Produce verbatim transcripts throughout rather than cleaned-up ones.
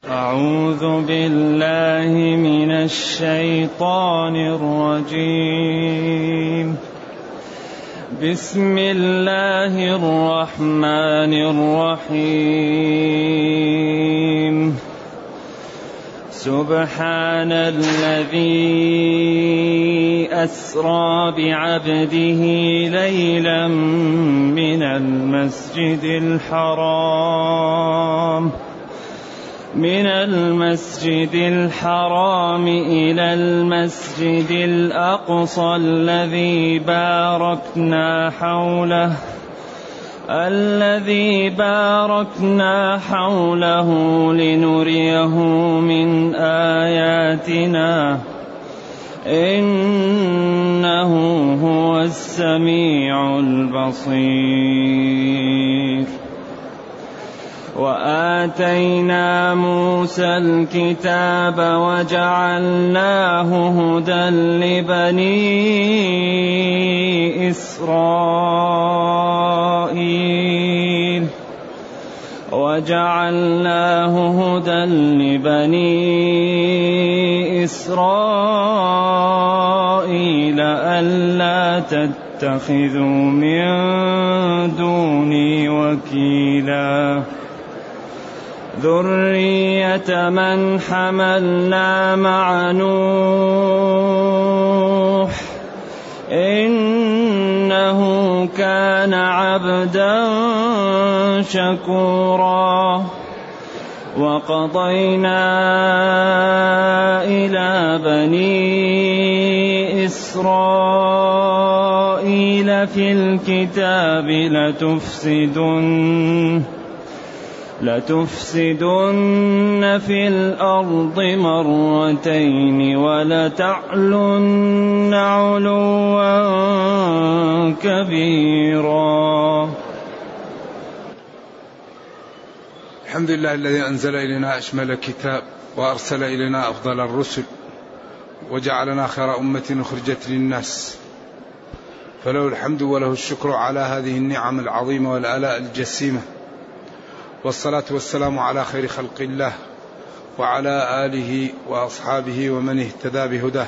أعوذ بالله من الشيطان الرجيم. بسم الله الرحمن الرحيم. سبحان الذي أسرى بعبده ليلا من المسجد الحرام من المسجد الحرام إلى المسجد الأقصى الذي باركنا حوله الذي باركنا حوله لنريه من آياتنا إنه هو السميع البصير. وآتينا موسى الكتاب وجعلناه هدى لبني إسرائيل وجعلناه هدى لبني إسرائيل ألا تتخذوا من دوني وكيلا ذرية من حملنا مع نوح إنه كان عبدا شكورا. وقضينا إلى بني إسرائيل في الكتاب لتفسدن لتفسدن في الأرض مرتين ولتعلن علوا كبيرا. الحمد لله الذي أنزل إلينا أشمل كتاب وأرسل إلينا أفضل الرسل وجعلنا خير أمة أخرجت للناس، فله الحمد وله الشكر على هذه النعم العظيمة والآلاء الجسيمة، والصلاة والسلام على خير خلق الله وعلى آله وأصحابه ومن اهتدى بهداه.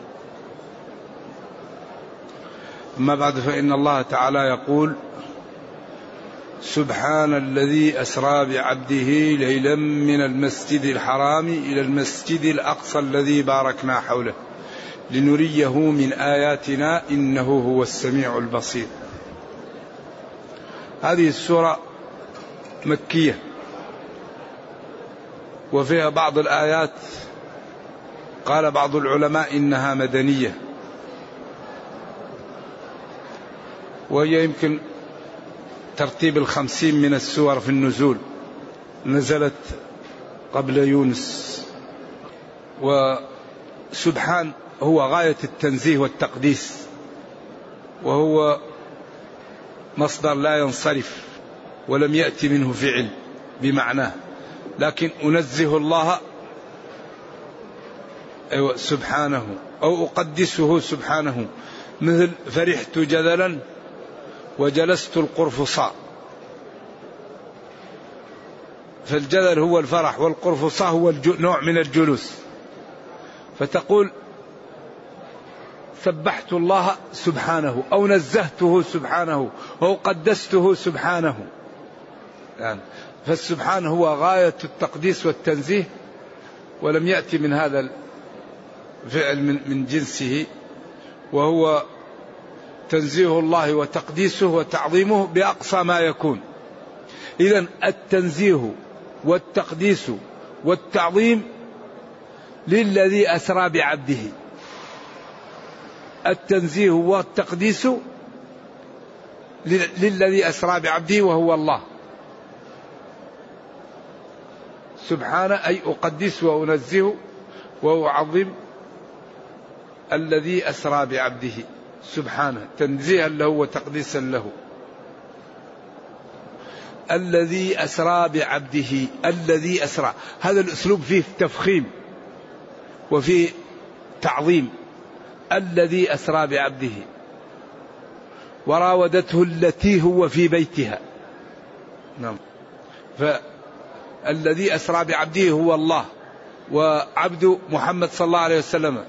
أما بعد، فإن الله تعالى يقول: سبحان الذي أسرى بعبده ليلا من المسجد الحرام إلى المسجد الأقصى الذي باركنا حوله لنريه من آياتنا إنه هو السميع البصير. هذه السورة مكية، وفيها بعض الآيات قال بعض العلماء إنها مدنية، وهي يمكن ترتيب الخمسين من السور في النزول، نزلت قبل يونس. وسبحان هو غاية التنزيه والتقديس، وهو مصدر لا ينصرف ولم يأتي منه فعل بمعناه، لكن أنزه الله أيوة سبحانه أو أقدسه سبحانه، مثل فرحت جدلا وجلست القرفصاء. فالجدل هو الفرح والقرفصاء هو نوع من الجلوس، فتقول سبحت الله سبحانه أو نزهته سبحانه أو قدسته سبحانه. يعني فالسبحان هو غاية التقديس والتنزيه، ولم يأتي من هذا الفعل من, من جنسه، وهو تنزيه الله وتقديسه وتعظيمه بأقصى ما يكون. إذن التنزيه والتقديس والتعظيم للذي أسرى بعبده. التنزيه والتقديس للذي أسرى بعبده وهو الله سبحانه، أي أقدس وأنزه وأعظم الذي أسرى بعبده سبحانه، تنزيها له وتقديسا له. الذي أسرى بعبده، الذي أسرى، هذا الأسلوب فيه تفخيم وفيه تعظيم. الذي أسرى بعبده وراودته التي هو في بيتها. نعم. الذي أسرى بعبده هو الله، وعبد محمد صلى الله عليه وسلم.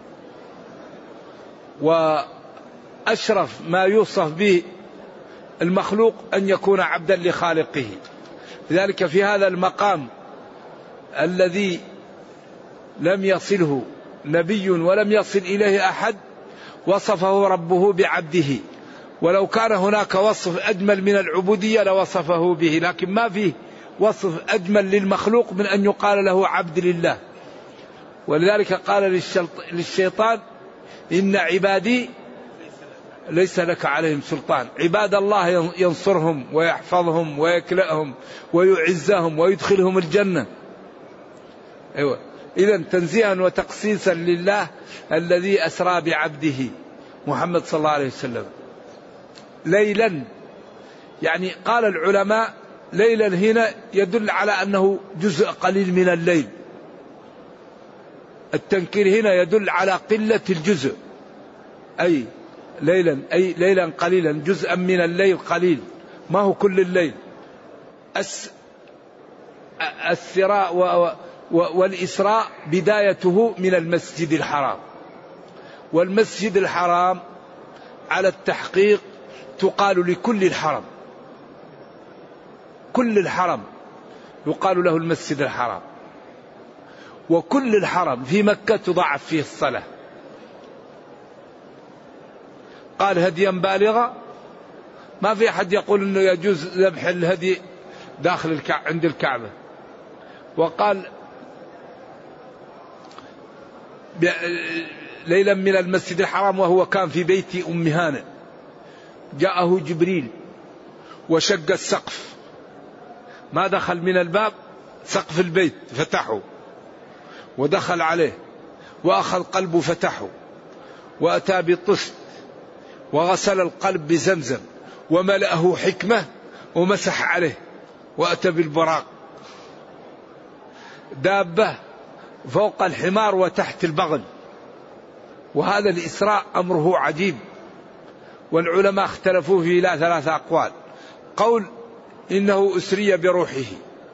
وأشرف ما يوصف به المخلوق أن يكون عبدا لخالقه. لذلك في هذا المقام الذي لم يصله نبي ولم يصل إليه أحد وصفه ربه بعبده، ولو كان هناك وصف أجمل من العبودية لوصفه به، لكن ما فيه وصف أجمل للمخلوق من أن يقال له عبد لله. ولذلك قال للشيطان إن عبادي ليس لك عليهم سلطان. عباد الله ينصرهم ويحفظهم ويكلأهم ويعزهم ويدخلهم الجنة. أيوة. إذن تنزيها وتقصيصا لله الذي أسرى بعبده محمد صلى الله عليه وسلم ليلا. يعني قال العلماء ليلا هنا يدل على أنه جزء قليل من الليل. التنكير هنا يدل على قلة الجزء، أي ليلا أي ليلا قليلا، جزءا من الليل قليل، ما هو كل الليل. السراء والإسراء بدايته من المسجد الحرام، والمسجد الحرام على التحقيق تقال لكل الحرم، كل الحرم يقال له المسجد الحرام، وكل الحرم في مكة تضاعف فيه الصلاة. قال هديا بالغا، ما في أحد يقول أنه يجوز ذبح الهدي داخل الكع... عند الكعبة. وقال ب... ليلا من المسجد الحرام وهو كان في بيت أم هانئ، جاءه جبريل وشق السقف، ما دخل من الباب، سقف البيت فتحه ودخل عليه وأخذ قلبه فتحه، وأتى بالطست وغسل القلب بزمزم وملأه حكمة ومسح عليه، وأتى بالبراق دابة فوق الحمار وتحت البغل. وهذا الإسراء أمره عجيب، والعلماء اختلفوا فيه لا ثلاثة أقوال. قول إنه أسري بروحه،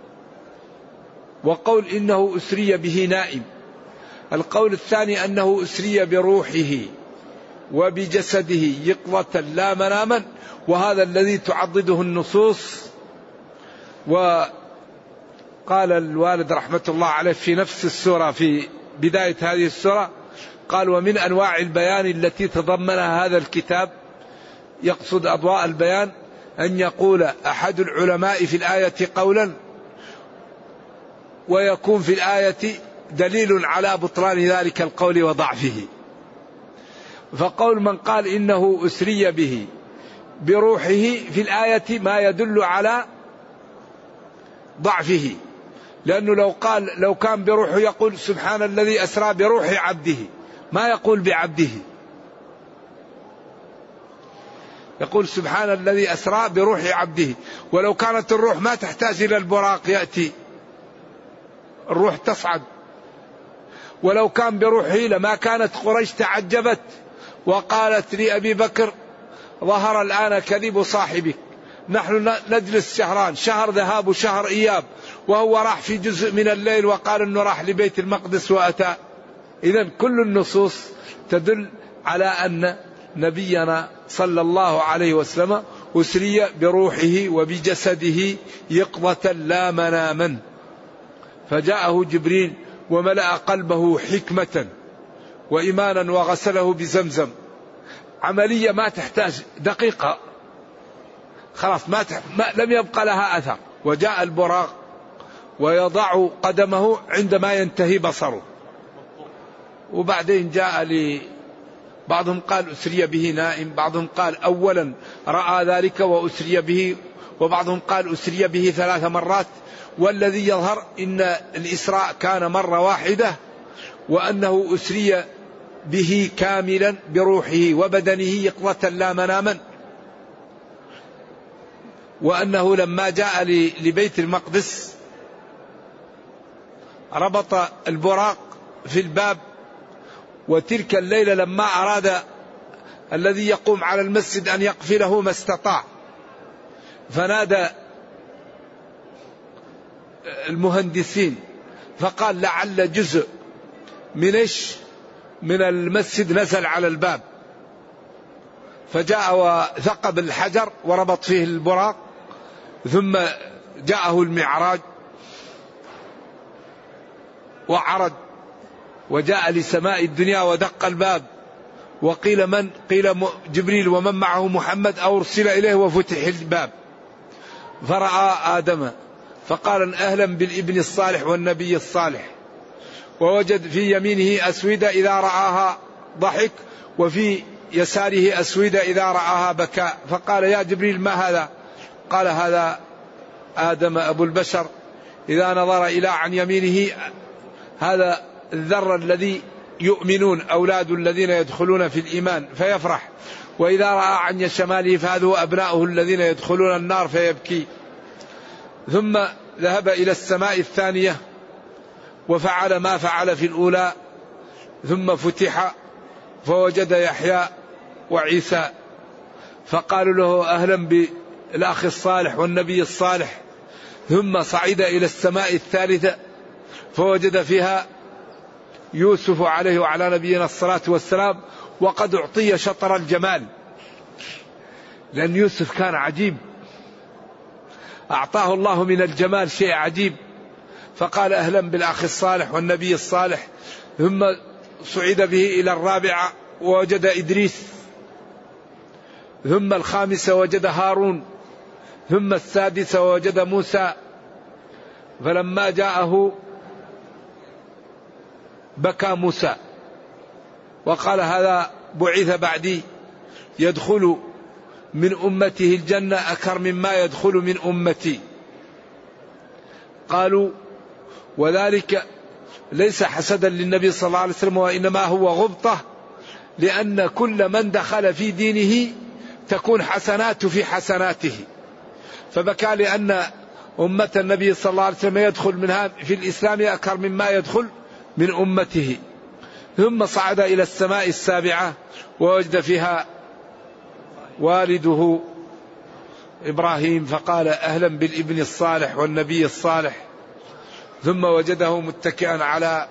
وقول إنه أسري به نائم، القول الثاني أنه أسري بروحه وبجسده يقظة لا مناما، وهذا الذي تعضده النصوص. وقال الوالد رحمة الله عليه في نفس السورة في بداية هذه السورة، قال ومن أنواع البيان التي تضمنها هذا الكتاب، يقصد أضواء البيان، أن يقول أحد العلماء في الآية قولا ويكون في الآية دليل على بطلان ذلك القول وضعفه. فقول من قال إنه أسري به بروحه في الآية ما يدل على ضعفه، لأنه لو قال لو كان بروحه يقول سبحان الذي أسرى بروح عبده، ما يقول بعبده، يقول سبحان الذي أسرى بروح عبده. ولو كانت الروح ما تحتاج إلى البراق يأتي، الروح تصعد. ولو كان بروحه لما كانت قريش تعجبت وقالت لأبي بكر ظهر الآن كذب صاحبك، نحن نجلس شهران، شهر ذهاب وشهر إياب، وهو راح في جزء من الليل وقال أنه راح لبيت المقدس وأتى. إذن كل النصوص تدل على أن نبينا صلى الله عليه وسلم أسري بروحه وبجسده يقظة لا مناما، فجاءه جبريل وملأ قلبه حكمة وإيمانا وغسله بزمزم. عملية ما تحتاج دقيقة، خلاص ما, تح... ما لم يبقى لها أثر. وجاء البراق ويضع قدمه عندما ينتهي بصره. وبعدين جاء لي بعضهم قال أسري به نائم، بعضهم قال أولا رأى ذلك وأسري به، وبعضهم قال أسري به ثلاث مرات. والذي يظهر إن الإسراء كان مرة واحدة، وأنه أسري به كاملا بروحه وبدنه يقظة لا مناما، وأنه لما جاء لبيت المقدس ربط البراق في الباب. وتلك الليلة لما أراد الذي يقوم على المسجد أن يقفله ما استطاع، فنادى المهندسين، فقال لعل جزء من إيش من المسجد نزل على الباب، فجاء وثقب الحجر وربط فيه البراق، ثم جاءه المعراج وعرج وجاء لسماء الدنيا ودق الباب، وقيل من؟ قيل جبريل ومن معه محمد، أو أرسل إليه وفتح الباب، فرأى آدم فقال أهلا بالابن الصالح والنبي الصالح، ووجد في يمينه أسودة إذا رآها ضحك، وفي يساره أسودة إذا رآها بكاء، فقال يا جبريل ما هذا؟ قال هذا آدم أبو البشر، إذا نظر إلى عن يمينه هذا الذر الذي يؤمنون أولاد الذين يدخلون في الإيمان فيفرح، وإذا رأى عن شماله فهذا أبناؤه الذين يدخلون النار فيبكي. ثم ذهب إلى السماء الثانية وفعل ما فعل في الأولى، ثم فتح فوجد يحيى وعيسى، فقالوا له أهلا بالأخ الصالح والنبي الصالح. ثم صعد إلى السماء الثالثة فوجد فيها يوسف عليه وعلى نبينا الصلاة والسلام، وقد أعطي شطر الجمال، لأن يوسف كان عجيب، أعطاه الله من الجمال شيء عجيب، فقال أهلا بالأخ الصالح والنبي الصالح. ثم صعد به إلى الرابعة ووجد إدريس، ثم الخامسة وجد هارون، ثم السادسة ووجد موسى. فلما جاءه بكى موسى وقال هذا بعث بعدي يدخل من أمته الجنة أكثر مما يدخل من أمتي. قالوا وذلك ليس حسدا للنبي صلى الله عليه وسلم، وإنما هو غبطة، لأن كل من دخل في دينه تكون حسناته في حسناته، فبكى لأن أمة النبي صلى الله عليه وسلم يدخل منها في الإسلام أكثر مما يدخل من أمته. ثم صعد إلى السماء السابعة ووجد فيها والده إبراهيم، فقال أهلا بالابن الصالح والنبي الصالح. ثم وجده متكئا على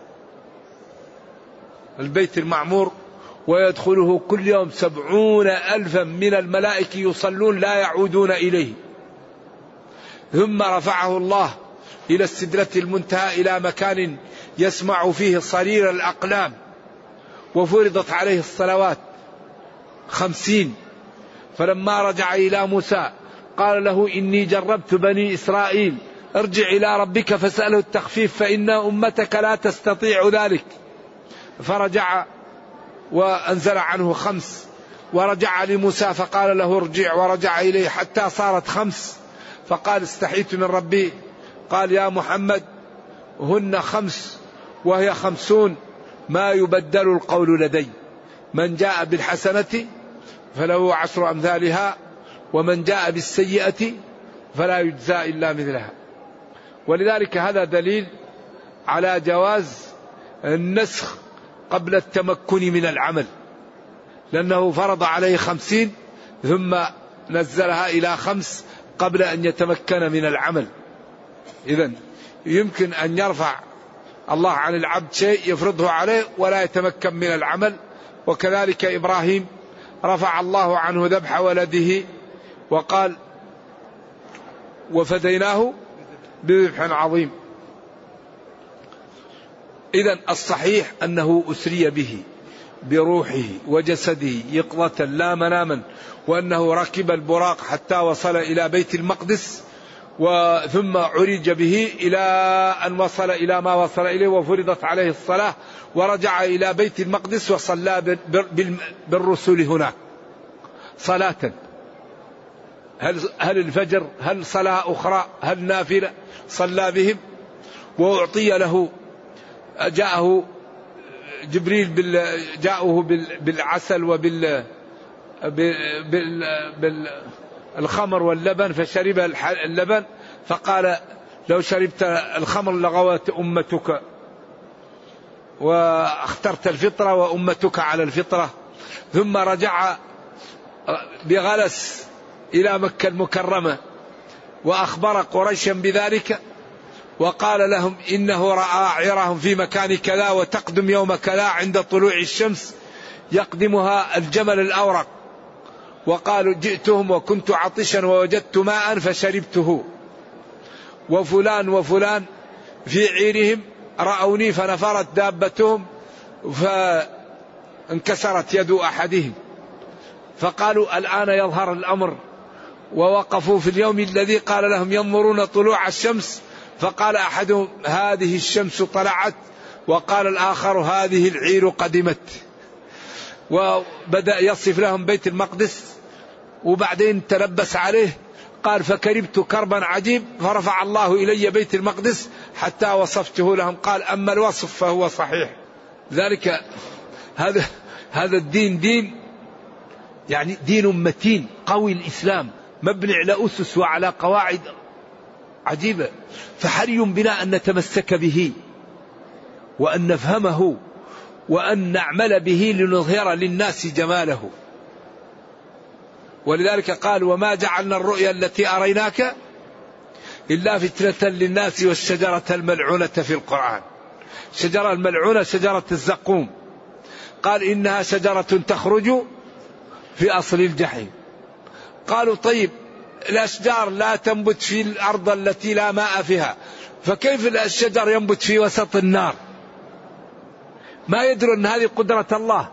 البيت المعمور، ويدخله كل يوم سبعون ألفا من الملائكة يصلون لا يعودون إليه. ثم رفعه الله إلى السدرة المنتهى، إلى مكان يسمع فيه صرير الأقلام، وفرضت عليه الصلوات خمسين. فلما رجع إلى موسى قال له إني جربت بني إسرائيل، ارجع إلى ربك فاسأله التخفيف فإن أمتك لا تستطيع ذلك. فرجع وأنزل عنه خمس، ورجع لموسى فقال له ارجع، ورجع إليه حتى صارت خمس، فقال استحيت من ربي. قال يا محمد هن خمس وهي خمسون، ما يبدل القول لدي، من جاء بالحسنة فله عشر أمثالها، ومن جاء بالسيئة فلا يجزى إلا مثلها. ولذلك هذا دليل على جواز النسخ قبل التمكن من العمل، لأنه فرض عليه خمسين ثم نزلها إلى خمس قبل أن يتمكن من العمل. إذن يمكن أن يرفع الله عن العبد شيء يفرضه عليه ولا يتمكن من العمل. وكذلك إبراهيم رفع الله عنه ذبح ولده وقال وفديناه بذبح عظيم. إذن الصحيح أنه أسري به بروحه وجسده يقظة لا مناما، وأنه ركب البراق حتى وصل إلى بيت المقدس، وثم عرج به إلى أن وصل إلى ما وصل إليه وفرضت عليه الصلاة، ورجع إلى بيت المقدس وصلى بالرسل هناك صلاة، هل هل الفجر، هل صلاة أخرى، هل نافلة، صلى بهم. وأعطي له، جاءه جبريل بال جاءه بالعسل وبال بالخمر واللبن، فشرب اللبن، فقال لو شربت الخمر لغوت أمتك، واخترت الفطرة وأمتك على الفطرة. ثم رجع بغلس إلى مكة المكرمة وأخبر قريشا بذلك، وقال لهم إنه رأى عيرهم في مكان كذا وتقدم يوم كذا عند طلوع الشمس يقدمها الجمل الأورق. وقالوا جئتهم وكنت عطشا ووجدت ماء فشربته. وفلان وفلان في عيرهم رأوني فنفرت دابتهم فانكسرت يد أحدهم. فقالوا الآن يظهر الأمر. ووقفوا في اليوم الذي قال لهم ينظرون طلوع الشمس، فقال أحدهم هذه الشمس طلعت، وقال الآخر هذه العير قدمت. وبدأ يصف لهم بيت المقدس، وبعدين تلبس عليه قال فكربت كربا عجيب فرفع الله إلي بيت المقدس حتى وصفته لهم. قال أما الوصف فهو صحيح. ذلك هذا هذا الدين دين يعني دين متين قوي، الإسلام مبني على أسس وعلى قواعد عجيبة. فحري بنا أن نتمسك به وأن نفهمه وأن نعمل به لنظهر للناس جماله. ولذلك قال وما جعلنا الرؤيا التي أريناك إلا فتنة للناس والشجرة الملعونة في القرآن. شجرة الملعونة شجرة الزقوم، قال إنها شجرة تخرج في أصل الجحيم. قالوا طيب الأشجار لا تنبت في الأرض التي لا ماء فيها، فكيف الشجر ينبت في وسط النار؟ ما يدرون أن هذه قدرة الله.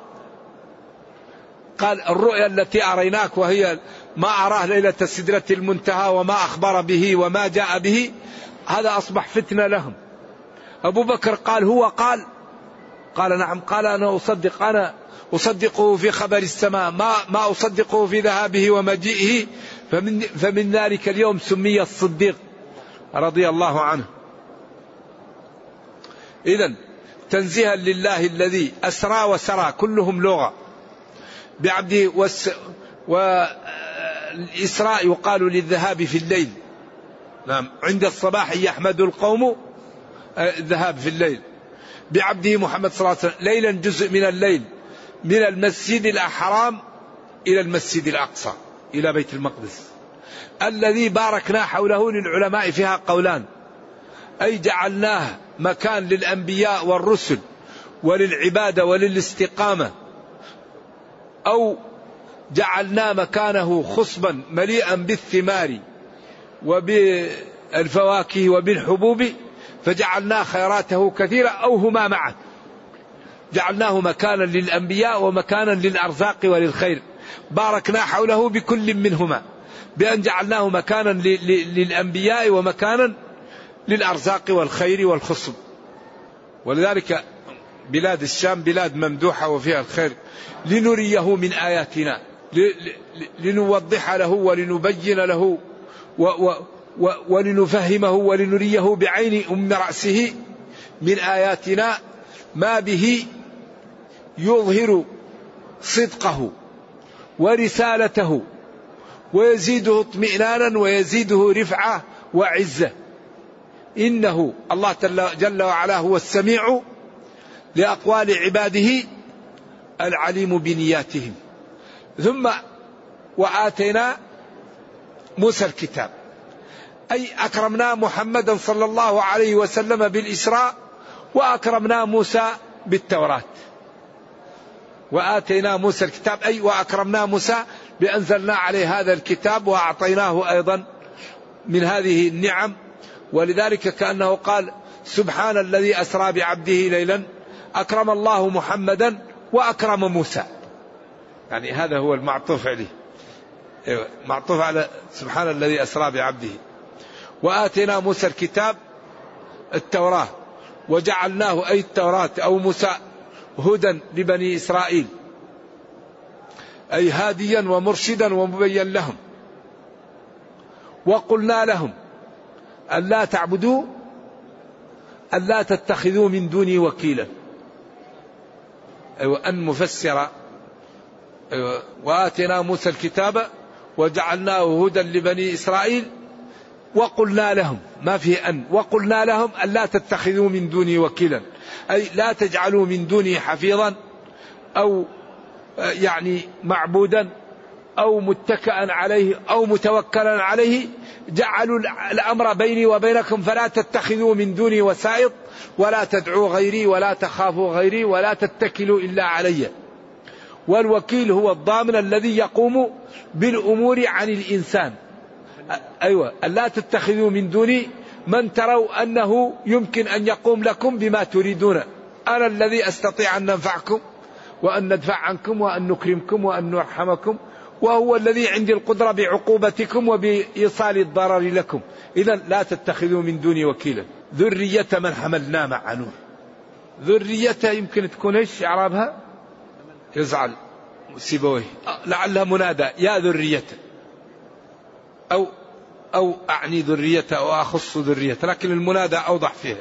قال الرؤيا التي أريناك وهي ما أراه ليلة السدرة المنتهى وما أخبر به وما جاء به، هذا أصبح فتنة لهم. أبو بكر قال هو قال قال نعم. قال أنا أصدق أنا أصدقه في خبر السماء ما ما أصدقه في ذهابه ومجيئه. فمن, فمن ذلك اليوم سمي الصديق رضي الله عنه. إذن تنزيها لله الذي أسرى وسرى كلهم لغة بعبده. والإسراء يقال للذهاب في الليل. نعم عند الصباح يحمد القوم الذهاب في الليل. بعبده محمد صلى الله عليه وسلم ليلا جزء من الليل من المسجد الحرام إلى المسجد الأقصى إلى بيت المقدس الذي باركنا حوله. للعلماء فيها قولان، أي جعلناه مكان للأنبياء والرسل وللعبادة وللاستقامة، أو جعلنا مكانه خصبا مليئا بالثمار وبالفواكه وبالحبوب فجعلنا خيراته كثيرة، أو هما معا. جعلناه مكانا للأنبياء ومكانا للأرزاق وللخير، باركنا حوله بكل منهما، بأن جعلناه مكانا للأنبياء ومكانا للأرزاق والخير والخصب. ولذلك بلاد الشام بلاد ممدوحة وفيها الخير، لنريه من آياتنا، لنوضح له ولنبين له ولنفهمه ولنريه بعين أم رأسه من آياتنا ما به يظهر صدقه ورسالته ويزيده اطمئنانا ويزيده رفعة وعزة. إنه الله جل وعلا هو السميع لأقوال عباده العليم بنياتهم. ثم وآتينا موسى الكتاب، أي أكرمنا محمدا صلى الله عليه وسلم بالإسراء، وأكرمنا موسى بالتوراة. وآتينا موسى الكتاب أي وأكرمنا موسى بأنزلنا عليه هذا الكتاب وأعطيناه أيضا من هذه النعم. ولذلك كأنه قال سبحان الذي أسرى بعبده ليلا أكرم الله محمدا وأكرم موسى، يعني هذا هو المعطوف عليه، معطوف على سبحان الذي أسرى بعبده. وآتينا موسى الكتاب التوراة وجعلناه أي التوراة أو موسى هدى لبني إسرائيل، أي هاديا ومرشدا ومبين لهم. وقلنا لهم ألا تعبدوا ألا تتخذوا من دوني وكيلا، أيوة أن مفسر. أيوة وآتينا موسى الكتاب وجعلناه هدى لبني إسرائيل وقلنا لهم، ما فيه أن، وقلنا لهم ألا تتخذوا من دوني وكيلا، أي لا تجعلوا من دوني حفيظا أو يعني معبودا أو متكئا عليه أو متوكلا عليه جعلوا الأمر بيني وبينكم فلا تتخذوا من دوني وسائط ولا تدعوا غيري ولا تخافوا غيري ولا تتكلوا إلا علي. والوكيل هو الضامن الذي يقوم بالأمور عن الإنسان. أيوة لا تتخذوا من دوني من تروا أنه يمكن أن يقوم لكم بما تريدون. أنا الذي أستطيع أن ننفعكم وأن ندفع عنكم وأن نكرمكم وأن نرحمكم، وهو الذي عندي القدرة بعقوبتكم وبإيصال الضرر لكم. إذا لا تتخذوا من دوني وكيلا. ذرية من حملنا مع نوح. ذرية يمكن تكون ايش إعرابها؟ يزعل سيبويه لعلها منادى يا ذرية، أو أو أعني ذرية أو أخص ذرية، لكن المنادى أوضح فيها.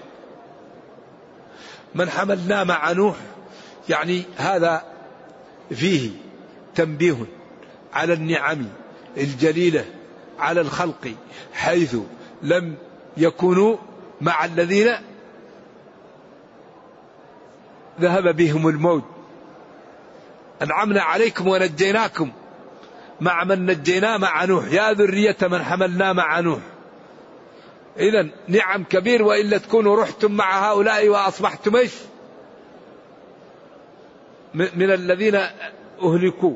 من حملنا مع نوح يعني هذا فيه تنبيه على النعم الجليلة على الخلق، حيث لم يكونوا مع الذين ذهب بهم الموت. أنعمنا عليكم ونجيناكم مع من نجينا مع نوح، يا ذرية من حملنا مع نوح. إذن نعم كبير، وإلا تكونوا رحتم مع هؤلاء وأصبحتم إيش من الذين أهلكوا.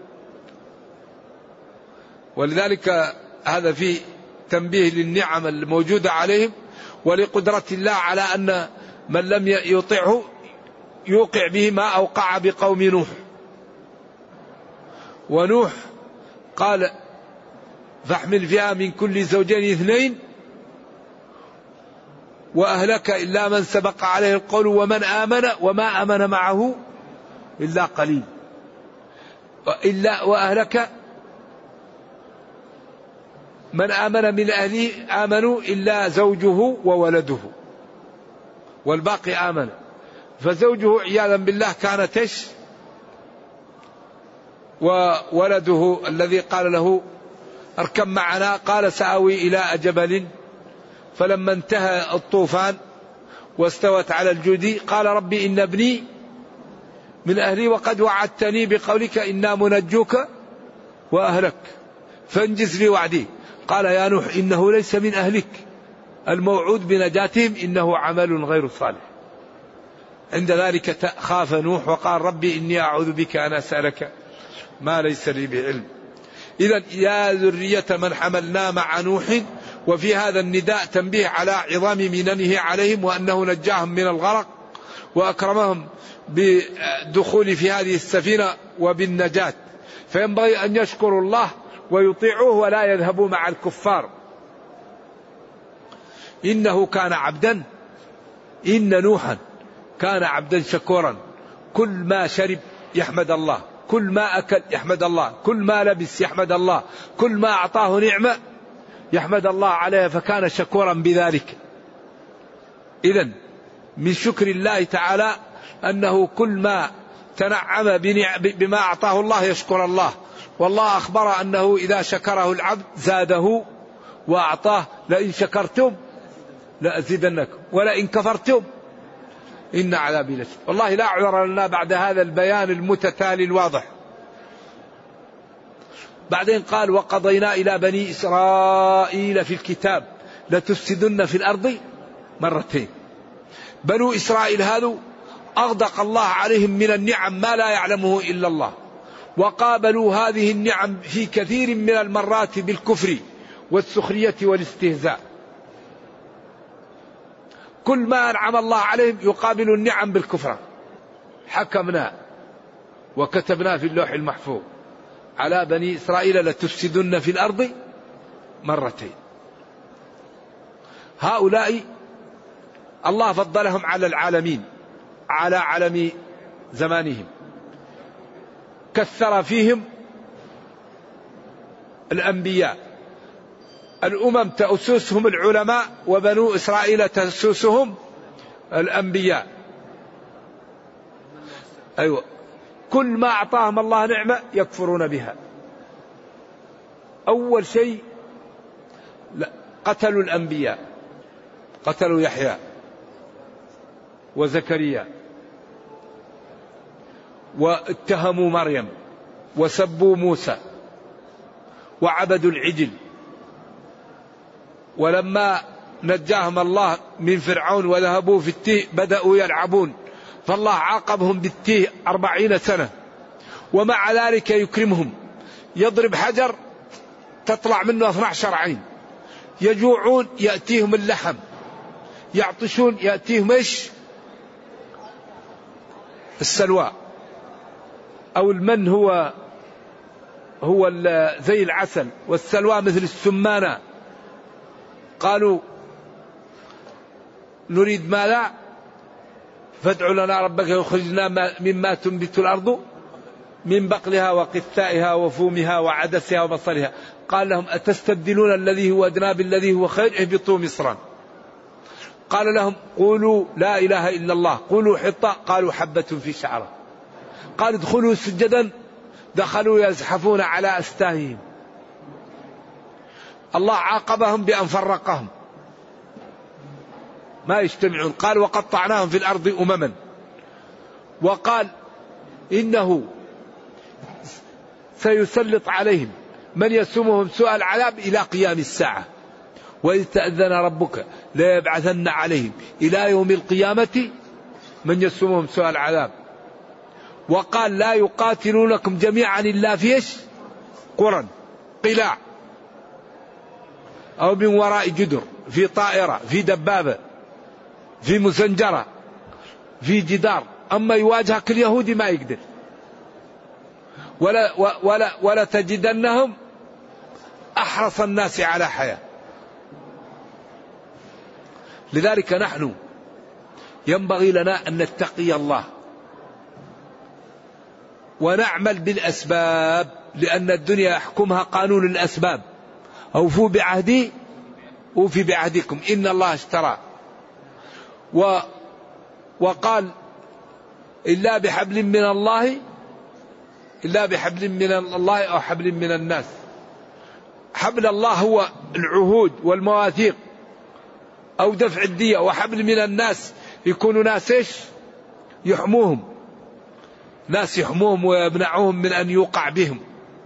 ولذلك هذا فيه تنبيه للنعم الموجودة عليهم ولقدرة الله على أن من لم يطعه يوقع به ما أوقع بقوم نوح. ونوح قال فاحمل فيها من كل زوجين اثنين وأهلك إلا من سبق عليه القول ومن آمن وما آمن معه إلا قليل. إلا وأهلك من آمن من أهله آمنوا إلا زوجه وولده والباقي آمن. فزوجه عياذا بالله كانت إيش؟ وولده الذي قال له اركب معنا قال سآوي إلى جبل، فلما انتهى الطوفان واستوت على الجودي قال ربي إن ابني من أهلي وقد وعدتني بقولك إنا منجوك وأهلك فانجز لي وعدي. قال يا نوح إنه ليس من أهلك، الموعود بنجاتهم إنه عمل غير صالح. عند ذلك خاف نوح وقال ربي إني أعوذ بك أن أسألك ما ليس لي بعلم. إذا يا ذرية من حملنا مع نوح. وفي هذا النداء تنبيه على عظام مننه عليهم وأنه نجاهم من الغرق وأكرمهم بالدخول في هذه السفينة وبالنجاة. فينبغي أن يشكروا الله ويطيعوه ولا يذهبوا مع الكفار. إنه كان عبدا، إن نوحا كان عبدا شكورا، كل ما شرب يحمد الله، كل ما أكل يحمد الله، كل ما لبس يحمد الله، كل ما أعطاه نعمة يحمد الله عليها، فكان شكورا بذلك. إذن من شكر الله تعالى أنه كل ما تنعم بما أعطاه الله يشكر الله. والله أخبر أنه إذا شكره العبد زاده وأعطاه، لئن شكرتم لأزيدنكم ولئن كفرتم إن عذابي لشديد. والله لا عذر لنا بعد هذا البيان المتتالي الواضح. بعدين قال وقضينا إلى بني إسرائيل في الكتاب لتفسدن في الأرض مرتين. بنو إسرائيل هذو أغدق الله عليهم من النعم ما لا يعلمه إلا الله، وقابلوا هذه النعم في كثير من المرات بالكفر والسخرية والاستهزاء. كل ما أنعم الله عليهم يقابل النعم بالكفر. حكمنا وكتبنا في اللوح المحفوظ على بني إسرائيل لتفسدن في الأرض مرتين. هؤلاء الله فضلهم على العالمين، على عالم زمانهم، كثر فيهم الأنبياء. الأمم تأسسهم العلماء وبنو إسرائيل تأسسهم الأنبياء. أيوة كل ما أعطاهم الله نعمة يكفرون بها. أول شيء قتلوا الأنبياء، قتلوا يحيى وزكريا، واتهموا مريم، وسبوا موسى، وعبدوا العجل. ولما نجاهم الله من فرعون وذهبوا في التيه بدأوا يلعبون، فالله عاقبهم بالتيه أربعين سنة، ومع ذلك يكرمهم. يضرب حجر تطلع منه اثنا عشر عين، يجوعون يأتيهم اللحم، يعطشون يأتيهم ايش؟ السلوى أو المن، هو هو زي العسل، والسلوى مثل السمانة. قالوا نريد ماذا؟ فادع لنا ربك يخرجنا مما تنبت الأرض من بقلها وقثائها وفومها وعدسها وبصلها. قال لهم أتستبدلون الذي هو أدنى بالذي هو خير؟ اهبطوا مصرا. قال لهم قولوا لا إله إلا الله، قولوا حطة، قالوا حبة في شعرة. قال ادخلوا سجدا، دخلوا يزحفون على أستاههم. الله عاقبهم بأن فرقهم، ما يجتمعون. قال وقطعناهم في الأرض أمما، وقال إنه سيسلط عليهم من يسومهم سوء العذاب إلى قيام الساعة. وإذ تأذن ربك لا يبعثن عليهم إلى يوم القيامة من يسومهم سوء العذاب. وقال لا يقاتلونكم جميعا إلا في إيش؟ قرى، قلاع، أو من وراء جدر، في طائرة، في دبابة، في مسنجرة، في جدار. أما يواجهك اليهودي ما يقدر. ولا, ولا, ولا تجدنهم أحرص الناس على حياة. لذلك نحن ينبغي لنا أن نتقي الله ونعمل بالأسباب، لأن الدنيا يحكمها قانون الأسباب. أوفوا بعهدي أوفي بعهدكم إن الله اشترى. و وقال إلا بحبل من الله، إلا بحبل من الله أو حبل من الناس. حبل الله هو العهود والمواثيق أو دفع الدية، وحبل من الناس يكونوا ناس إيش؟ يحموهم، ناس يحموهم ويمنعوهم من أن يوقع بهم.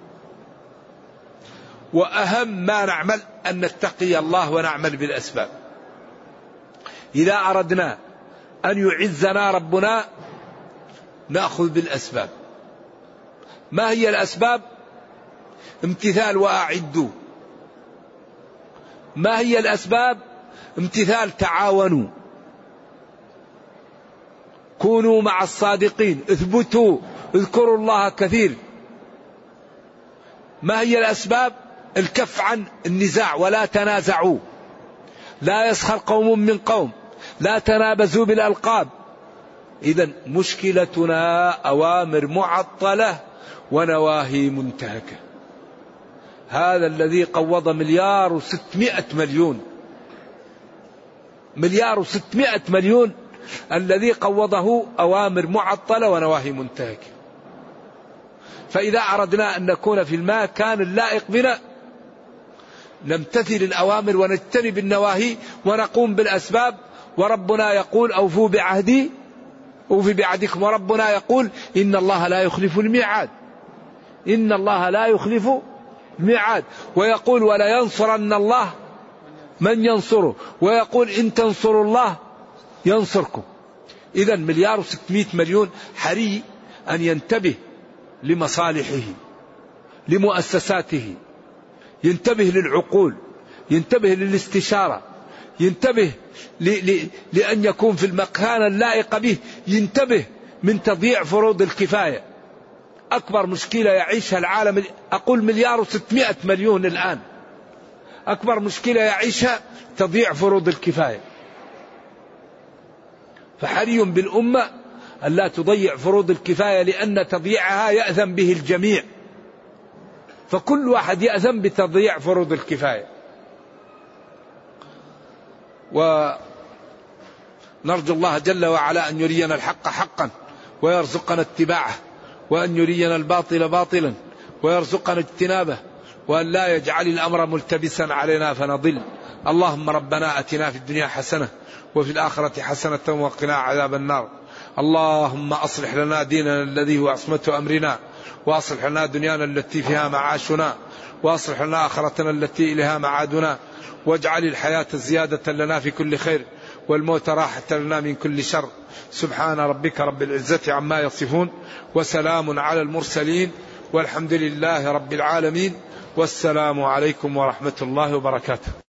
وأهم ما نعمل أن نتقي الله ونعمل بالأسباب. إذا أردنا أن يعزنا ربنا نأخذ بالأسباب. ما هي الأسباب؟ امتثال وأعدوا. ما هي الأسباب؟ امتثال تعاونوا، كونوا مع الصادقين، اثبتوا، اذكروا الله كثير. ما هي الأسباب؟ الكف عن النزاع ولا تنازعوا، لا يسخر قوم من قوم، لا تنابزوا بالألقاب. إذن مشكلتنا أوامر معطلة ونواهي منتهكة. هذا الذي قوض مليار وستمائة مليون، مليار وستمائة مليون الذي قوضه أوامر معطلة ونواهي منتهكة. فإذا أردنا أن نكون في المكان اللائق بنا نمتثل الأوامر ونجتنب النواهي ونقوم بالأسباب. وربنا يقول أوفوا بعهدي أوفي بعهدكم، وربنا يقول إن الله لا يخلف الميعاد، إن الله لا يخلف الميعاد. ويقول ولا ينصرن الله من ينصره، ويقول إن تنصروا الله ينصركم. إذا مليار وستمائة مليون حري أن ينتبه لمصالحه، لمؤسساته، ينتبه للعقول، ينتبه للاستشارة، ينتبه ل- ل- لأن يكون في المكان اللائق به، ينتبه من تضييع فروض الكفاية. أكبر مشكلة يعيشها العالم، أقول مليار وستمائة مليون الآن، أكبر مشكلة يعيشها تضييع فروض الكفاية. فحري بالأمة أن لا تضيع فروض الكفاية، لأن تضييعها يأثم به الجميع، فكل واحد يأثم بتضييع فروض الكفاية. ونرجو الله جل وعلا أن يرينا الحق حقا ويرزقنا اتباعه، وأن يرينا الباطل باطلا ويرزقنا اجتنابه، وأن لا يجعل الأمر ملتبسا علينا فنضل. اللهم ربنا أتنا في الدنيا حسنة وفي الآخرة حسنة وقنا عذاب النار. اللهم أصلح لنا ديننا الذي هو عصمة أمرنا، وأصلح لنا دنيانا التي فيها معاشنا، وأصلح لنا آخرتنا التي إليها معادنا، واجعل الحياة زيادة لنا في كل خير والموت راحة لنا من كل شر. سبحان ربك رب العزة عما يصفون وسلام على المرسلين والحمد لله رب العالمين، والسلام عليكم ورحمة الله وبركاته.